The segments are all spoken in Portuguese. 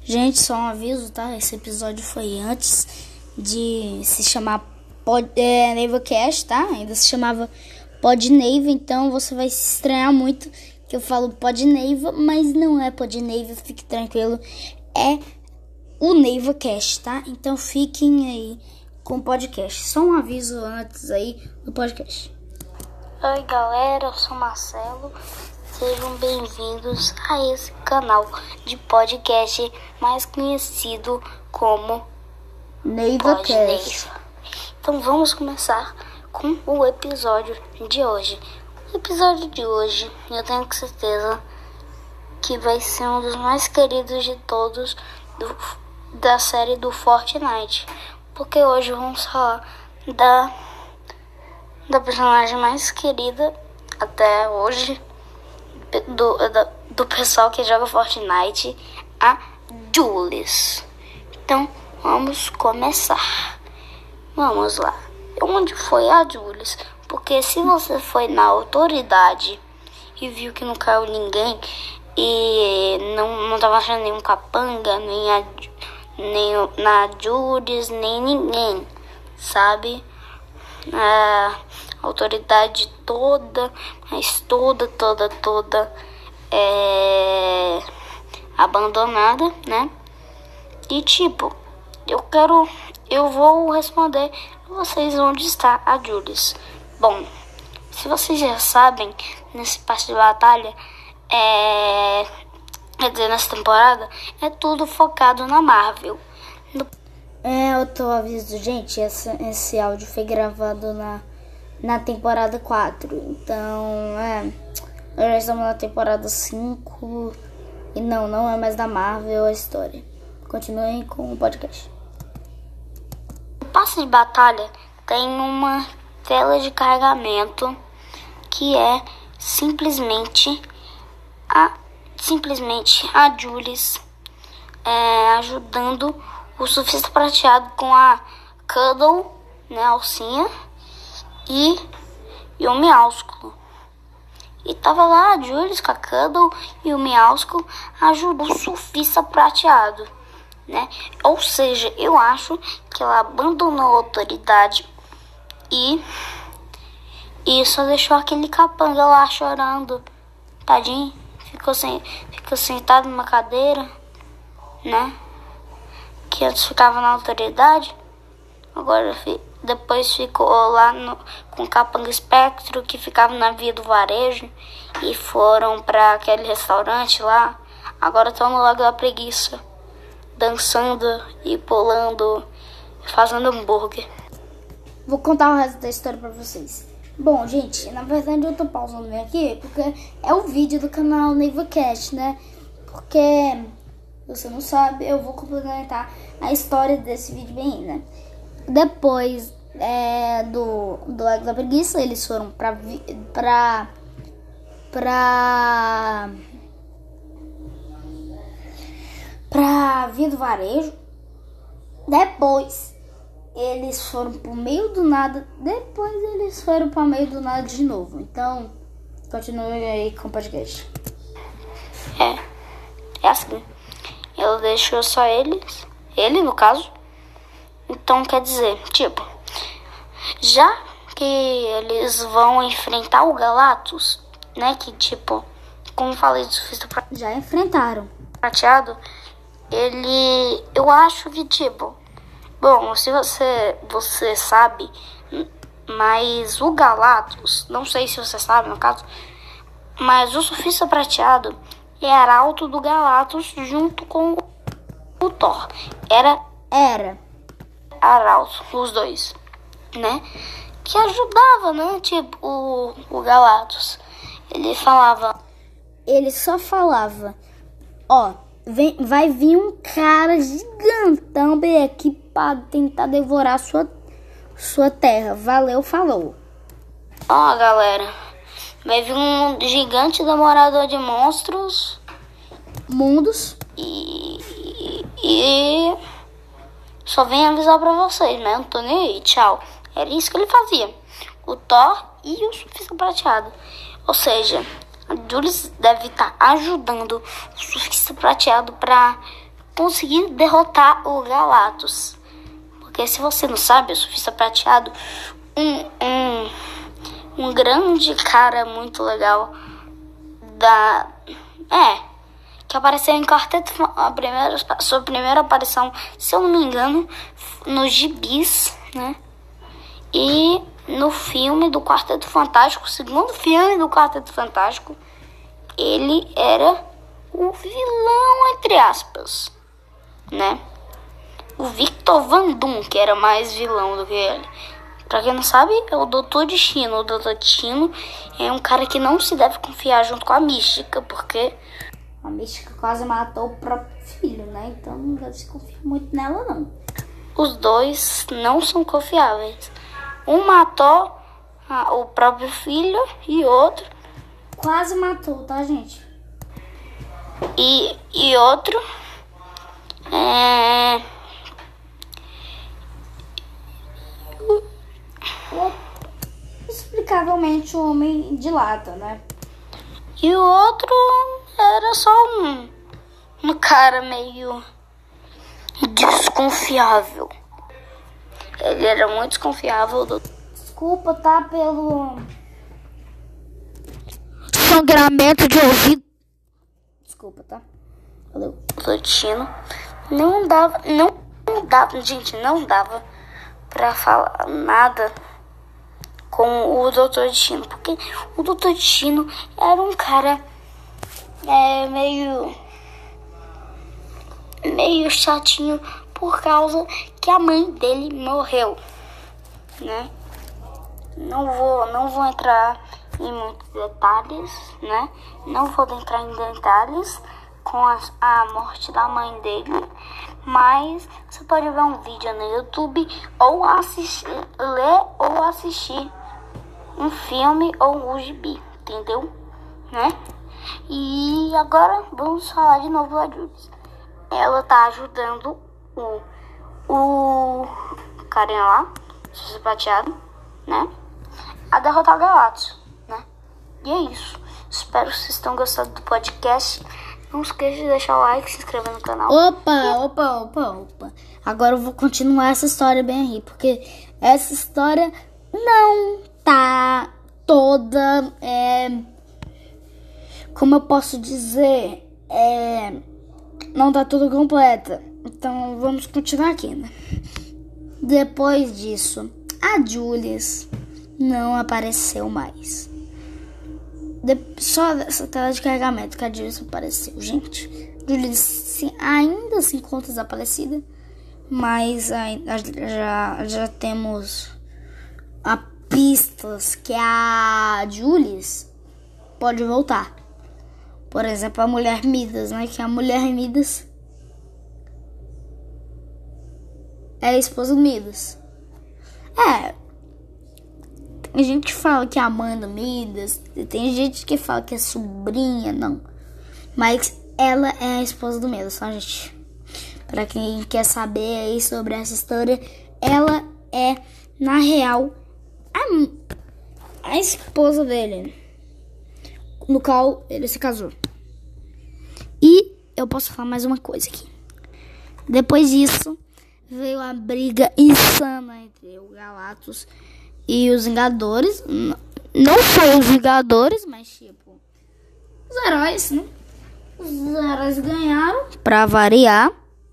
Gente, só um aviso, tá? Esse episódio foi antes de se chamar NeivaCast, tá? Ainda se chamava PodNeiva, então você vai se estranhar muito que eu falo PodNeiva, mas não é PodNeiva, fique tranquilo. É o NeivaCast, tá? Então fiquem aí com o podcast. Só um aviso antes aí do podcast. Oi galera, eu sou Marcelo. Sejam bem-vindos a esse canal de podcast mais conhecido como NeivaCast. Então vamos começar com o episódio de hoje. O episódio de hoje eu tenho certeza que vai ser um dos mais queridos de todos da série do Fortnite. Porque hoje vamos falar da personagem mais querida até hoje do pessoal que joga Fortnite, a Julius. Então vamos começar. Vamos lá. Onde foi a Julius? Porque se você foi na autoridade e viu que não caiu ninguém e não tava achando nenhum capanga, nem na Julius, nem ninguém, sabe? A autoridade toda, mas toda abandonada, né? E tipo, eu vou responder pra vocês onde está a Julius. Bom, se vocês já sabem, nesse passe de batalha, quer dizer, nessa temporada, é tudo focado na Marvel. Outro aviso, gente, esse áudio foi gravado na temporada 4. Então, nós já estamos na temporada 5. E não é mais da Marvel a história. Continuem com o podcast. O passe de batalha tem uma tela de carregamento que é simplesmente a Julius ajudando o Surfista Prateado com a Cuddle, né, a Alcinha, e o Miásculo. E tava lá a Julius com a Cuddle e o Miásculo ajudando o Surfista Prateado, né? Ou seja, eu acho que ela abandonou a autoridade e só deixou aquele capanga lá chorando, tadinho. Ficou sentado numa cadeira, né? Que antes ficava na autoridade, agora depois ficou lá com o Capanga Espectro, que ficava na Via do Varejo, e foram para aquele restaurante lá. Agora estão no Lago da Preguiça, dançando e pulando, fazendo hambúrguer. Vou contar o resto da história pra vocês. Bom, gente, na verdade eu tô pausando bem aqui porque é o vídeo do canal NeivaCast, né? Porque você não sabe, eu vou complementar a história desse vídeo bem, né? Depois do Lago da Preguiça, eles foram pra Via do Varejo. Depois eles foram pro meio do nada. Depois eles foram para meio do nada de novo. Então, continue aí com o podcast. É assim. Ele deixou só ele no caso. Então quer dizer, tipo, já que eles vão enfrentar o Galactus, né? Que tipo, como falei do Surfista já enfrentaram. Prateado, eu acho que tipo, bom, se você sabe, mas o Galactus, não sei se você sabe no caso, mas o Surfista Prateado é arauto do Galactus junto com o Thor. Era arauto, os dois, né? Que ajudava, né? Tipo, o Galactus. Ele só falava, vai vir um cara gigantão bem aqui pra tentar devorar sua terra. Valeu, falou. Galera, vai vir um gigante devorador de mundos e só vem avisar pra vocês, né? Não tô nem aí, tchau. Era isso que ele fazia. O Thor e o Surfista Prateado. Ou seja, a Julius deve estar ajudando o Surfista Prateado pra conseguir derrotar o Galactus. Porque se você não sabe, o Surfista Prateado, um grande cara muito legal que apareceu em Quarteto, sua primeira aparição, se eu não me engano, nos gibis, né? E no filme do Quarteto Fantástico, o segundo filme do Quarteto Fantástico, ele era o vilão, entre aspas, né? O Victor Van Doom, que era mais vilão do que ele. Pra quem não sabe, é o Doutor Destino. O Doutor Destino é um cara que não se deve confiar junto com a Mística, porque a Mística quase matou o próprio filho, né? Então não deve se confiar muito nela, não. Os dois não são confiáveis. Um matou o próprio filho e outro... Quase matou, tá, gente? E outro... Inexplicavelmente o homem de lata, né? E o outro era só um cara meio desconfiável. Ele era muito desconfiável. Desculpa, tá? Pelo sangramento de ouvido. Desculpa, tá? Valeu. Destino. Não dava, gente, não dava pra falar nada com o Doutor Destino, porque o Doutor Destino era um cara meio chatinho por causa que a mãe dele morreu, né? Não vou entrar em muitos detalhes, né? Não vou entrar em detalhes com a morte da mãe dele, mas você pode ver um vídeo no YouTube ou ler ou assistir um filme ou um gibi, entendeu? Né? E agora vamos falar de novo da Jules. Ela tá ajudando o carinha lá, Surfista Prateado, né? A derrotar o Galactus, né? E é isso. Espero que vocês tenham gostado do podcast. Não esqueça de deixar o like, se inscrever no canal. Opa. Agora eu vou continuar essa história bem aí, porque essa história não tá toda, como eu posso dizer, não tá tudo completa. Então vamos continuar aqui, né? Depois disso, a Julius não apareceu mais. Só dessa tela de carregamento que a Julius apareceu, gente. Julius ainda se encontra desaparecida, mas já temos pistas que a Julius pode voltar. Por exemplo, a Mulher Midas, né? Que a Mulher Midas é a esposa do Midas. Tem gente que fala que é a mãe do Midas, tem gente que fala que é sobrinha, não. Mas ela é a esposa do Midas, tá, gente? Pra quem quer saber aí sobre essa história, ela é, na real, a esposa dele, no qual ele se casou. E eu posso falar mais uma coisa aqui. Depois disso, veio a briga insana entre o Galactus e os Vingadores. Não foi os Vingadores, mas tipo, os heróis, né? Os heróis ganharam, pra variar.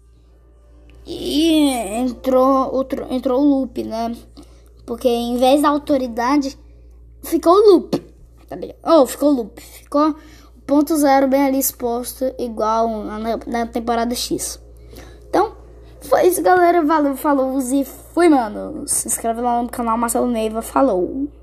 E entrou o Loop, né? Porque em vez da autoridade, ficou o Loop, tá ligado? Ficou o Loop. Ficou o ponto zero bem ali exposto, igual na temporada X. Então, foi isso, galera. Valeu, falou e fui, mano. Se inscreve lá no canal Marcelo Neiva. Falou.